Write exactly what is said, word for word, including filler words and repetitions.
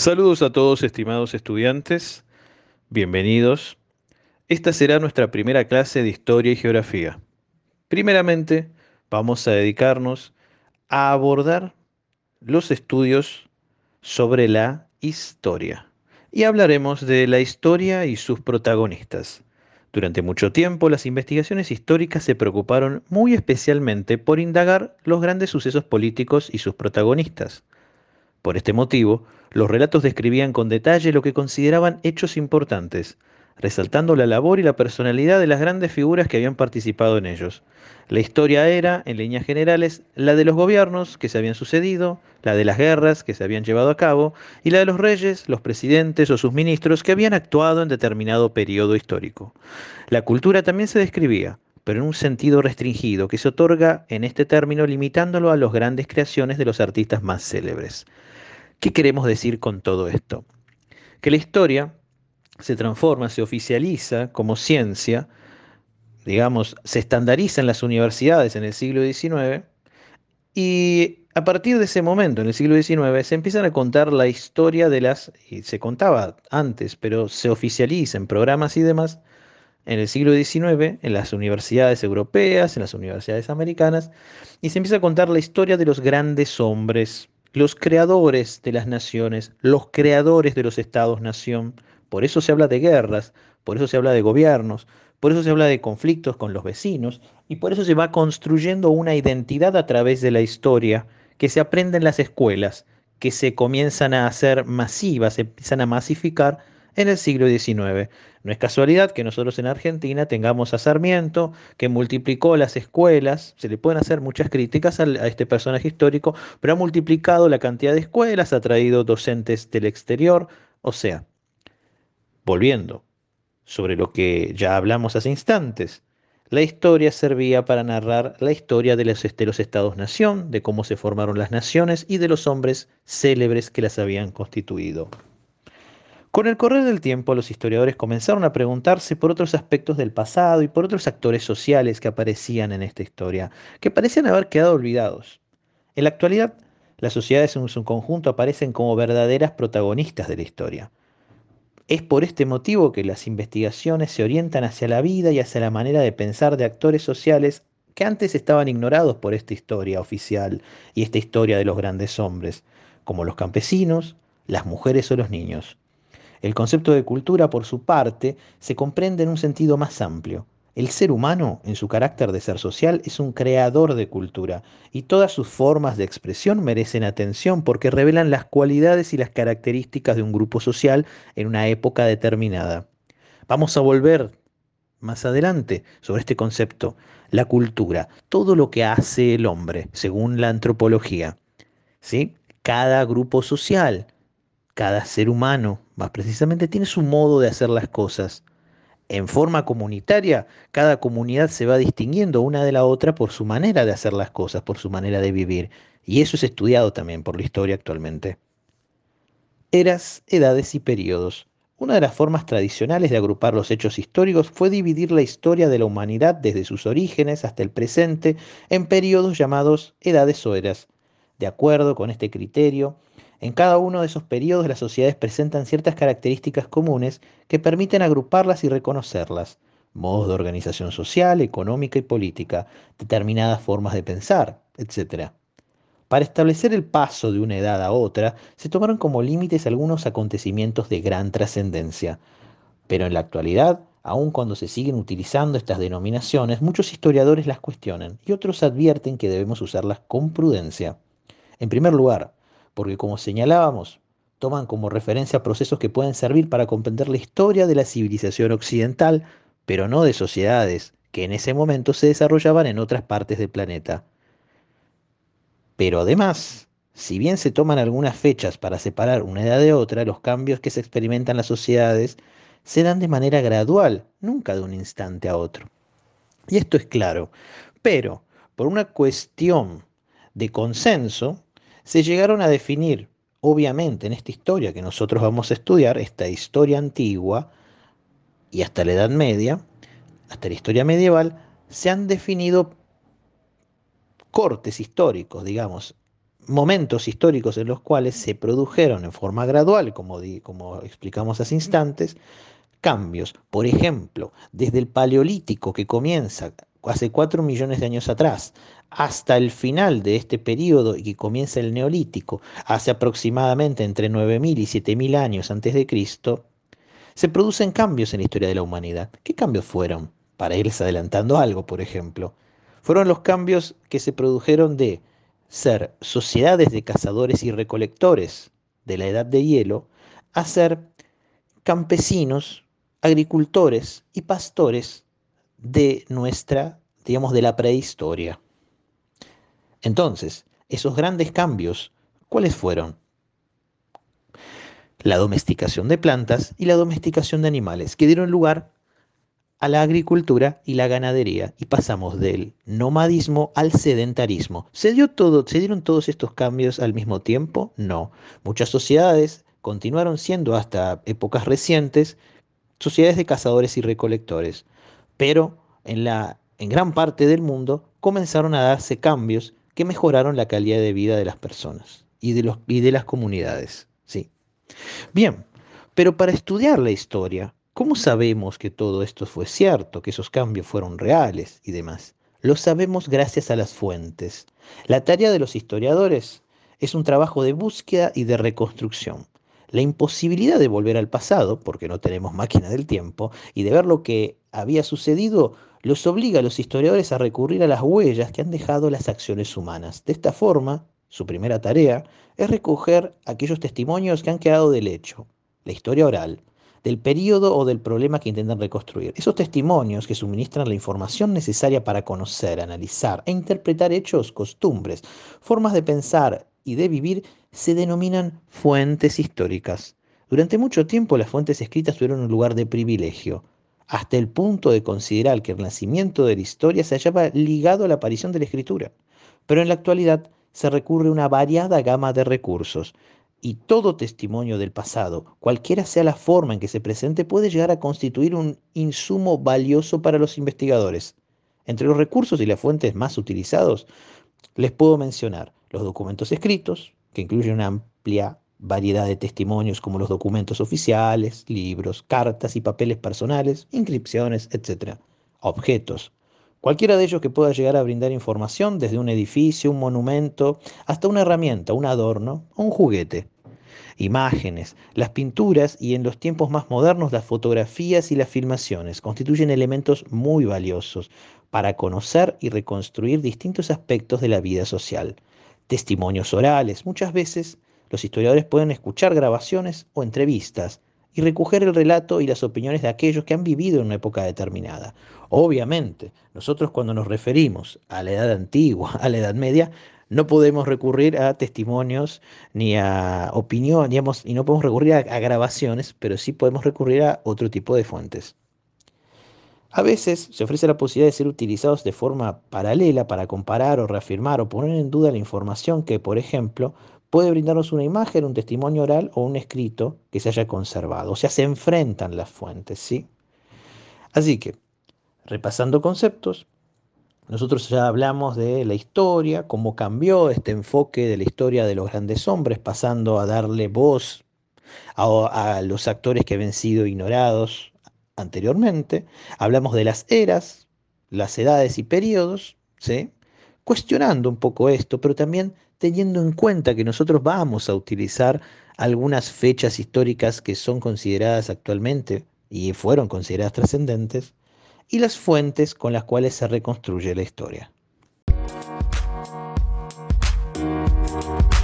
Saludos a todos, estimados estudiantes, bienvenidos. Esta será nuestra primera clase de Historia y Geografía. Primeramente, vamos a dedicarnos a abordar los estudios sobre la historia. Y hablaremos de la historia y sus protagonistas. Durante mucho tiempo, las investigaciones históricas se preocuparon muy especialmente por indagar los grandes sucesos políticos y sus protagonistas. Por este motivo, los relatos describían con detalle lo que consideraban hechos importantes, resaltando la labor y la personalidad de las grandes figuras que habían participado en ellos. La historia era, en líneas generales, la de los gobiernos que se habían sucedido, la de las guerras que se habían llevado a cabo, y la de los reyes, los presidentes o sus ministros que habían actuado en determinado periodo histórico. La cultura también se describía, pero en un sentido restringido que se otorga en este término limitándolo a las grandes creaciones de los artistas más célebres. ¿Qué queremos decir con todo esto? Que la historia se transforma, se oficializa como ciencia, digamos, se estandariza en las universidades en el siglo diecinueve y a partir de ese momento, en el siglo diecinueve, se empiezan a contar la historia de las, y se contaba antes, pero se oficializa en programas y demás, en el siglo diecinueve, en las universidades europeas, en las universidades americanas, y se empieza a contar la historia de los grandes hombres, los creadores de las naciones, los creadores de los estados-nación. Por eso se habla de guerras, por eso se habla de gobiernos, por eso se habla de conflictos con los vecinos, y por eso se va construyendo una identidad a través de la historia que se aprende en las escuelas, que se comienzan a hacer masivas, se empiezan a masificar en el siglo diecinueve. No es casualidad que nosotros en Argentina tengamos a Sarmiento, que multiplicó las escuelas, se le pueden hacer muchas críticas al- a este personaje histórico, pero ha multiplicado la cantidad de escuelas, ha traído docentes del exterior, o sea, volviendo sobre lo que ya hablamos hace instantes. La historia servía para narrar la historia de los, de los estados-nación, de cómo se formaron las naciones y de los hombres célebres que las habían constituido. Con el correr del tiempo, los historiadores comenzaron a preguntarse por otros aspectos del pasado y por otros actores sociales que aparecían en esta historia, que parecían haber quedado olvidados. En la actualidad, las sociedades en su conjunto aparecen como verdaderas protagonistas de la historia. Es por este motivo que las investigaciones se orientan hacia la vida y hacia la manera de pensar de actores sociales que antes estaban ignorados por esta historia oficial y esta historia de los grandes hombres, como los campesinos, las mujeres o los niños. El concepto de cultura, por su parte, se comprende en un sentido más amplio. El ser humano, en su carácter de ser social, es un creador de cultura, y todas sus formas de expresión merecen atención porque revelan las cualidades y las características de un grupo social en una época determinada. Vamos a volver más adelante sobre este concepto, la cultura, todo lo que hace el hombre, según la antropología, ¿sí? Cada grupo social, cada ser humano, más precisamente, tiene su modo de hacer las cosas. En forma comunitaria, cada comunidad se va distinguiendo una de la otra por su manera de hacer las cosas, por su manera de vivir. Y eso es estudiado también por la historia actualmente. Eras, edades y períodos. Una de las formas tradicionales de agrupar los hechos históricos fue dividir la historia de la humanidad desde sus orígenes hasta el presente en períodos llamados edades o eras. De acuerdo con este criterio, en cada uno de esos períodos las sociedades presentan ciertas características comunes que permiten agruparlas y reconocerlas: modos de organización social, económica y política, determinadas formas de pensar, etcétera. Para establecer el paso de una edad a otra, se tomaron como límites algunos acontecimientos de gran trascendencia, pero en la actualidad, aun cuando se siguen utilizando estas denominaciones, muchos historiadores las cuestionan y otros advierten que debemos usarlas con prudencia. En primer lugar, porque como señalábamos, toman como referencia procesos que pueden servir para comprender la historia de la civilización occidental, pero no de sociedades que en ese momento se desarrollaban en otras partes del planeta. Pero además, si bien se toman algunas fechas para separar una edad de otra, los cambios que se experimentan en las sociedades se dan de manera gradual, nunca de un instante a otro. Y esto es claro, pero por una cuestión de consenso, se llegaron a definir, obviamente en esta historia que nosotros vamos a estudiar, esta historia antigua y hasta la Edad Media, hasta la historia medieval, se han definido cortes históricos, digamos, momentos históricos en los cuales se produjeron en forma gradual, como, di, como explicamos hace instantes, cambios. Por ejemplo, desde el Paleolítico, que comienza hace cuatro millones de años atrás, hasta el final de este periodo y que comienza el Neolítico, hace aproximadamente entre nueve mil y siete mil años antes de Cristo, se producen cambios en la historia de la humanidad. ¿Qué cambios fueron? Para irles adelantando algo, por ejemplo. Fueron los cambios que se produjeron de ser sociedades de cazadores y recolectores de la edad de hielo a ser campesinos, agricultores y pastores de nuestra, digamos, de la prehistoria. Entonces, esos grandes cambios, ¿cuáles fueron? La domesticación de plantas y la domesticación de animales, que dieron lugar a la agricultura y la ganadería y pasamos del nomadismo al sedentarismo. ¿Se dio todo, se dieron todos estos cambios al mismo tiempo? No. Muchas sociedades continuaron siendo hasta épocas recientes sociedades de cazadores y recolectores, pero en la en gran parte del mundo comenzaron a darse cambios que mejoraron la calidad de vida de las personas y de los y de las comunidades. Sí. Bien, pero para estudiar la historia, ¿cómo sabemos que todo esto fue cierto, que esos cambios fueron reales y demás? Lo sabemos gracias a las fuentes. La tarea de los historiadores es un trabajo de búsqueda y de reconstrucción. La imposibilidad de volver al pasado, porque no tenemos máquina del tiempo, y de ver lo que había sucedido, los obliga a los historiadores a recurrir a las huellas que han dejado las acciones humanas. De esta forma, su primera tarea es recoger aquellos testimonios que han quedado del hecho, la historia oral, del periodo o del problema que intentan reconstruir. Esos testimonios que suministran la información necesaria para conocer, analizar e interpretar hechos, costumbres, formas de pensar y de vivir se denominan fuentes históricas. Durante mucho tiempo las fuentes escritas tuvieron un lugar de privilegio, hasta el punto de considerar que el nacimiento de la historia se hallaba ligado a la aparición de la escritura. Pero en la actualidad se recurre a una variada gama de recursos y todo testimonio del pasado, cualquiera sea la forma en que se presente, puede llegar a constituir un insumo valioso para los investigadores. Entre los recursos y las fuentes más utilizados, les puedo mencionar los documentos escritos, que incluyen una amplia variedad de testimonios como los documentos oficiales, libros, cartas y papeles personales, inscripciones, etcétera. Objetos. Cualquiera de ellos que pueda llegar a brindar información, desde un edificio, un monumento, hasta una herramienta, un adorno o un juguete. Imágenes, las pinturas y en los tiempos más modernos las fotografías y las filmaciones constituyen elementos muy valiosos para conocer y reconstruir distintos aspectos de la vida social. Testimonios orales. Muchas veces los historiadores pueden escuchar grabaciones o entrevistas y recoger el relato y las opiniones de aquellos que han vivido en una época determinada. Obviamente, nosotros cuando nos referimos a la edad antigua, a la edad media, no podemos recurrir a testimonios ni a opinión, digamos, y no podemos recurrir a, a grabaciones, pero sí podemos recurrir a otro tipo de fuentes. A veces se ofrece la posibilidad de ser utilizados de forma paralela para comparar o reafirmar o poner en duda la información que, por ejemplo, puede brindarnos una imagen, un testimonio oral o un escrito que se haya conservado. O sea, se enfrentan las fuentes, ¿sí? Así que, repasando conceptos, nosotros ya hablamos de la historia, cómo cambió este enfoque de la historia de los grandes hombres, pasando a darle voz a, a los actores que habían sido ignorados anteriormente. Hablamos de las eras, las edades y periodos, ¿sí? Cuestionando un poco esto, pero también teniendo en cuenta que nosotros vamos a utilizar algunas fechas históricas que son consideradas actualmente y fueron consideradas trascendentes, y las fuentes con las cuales se reconstruye la historia.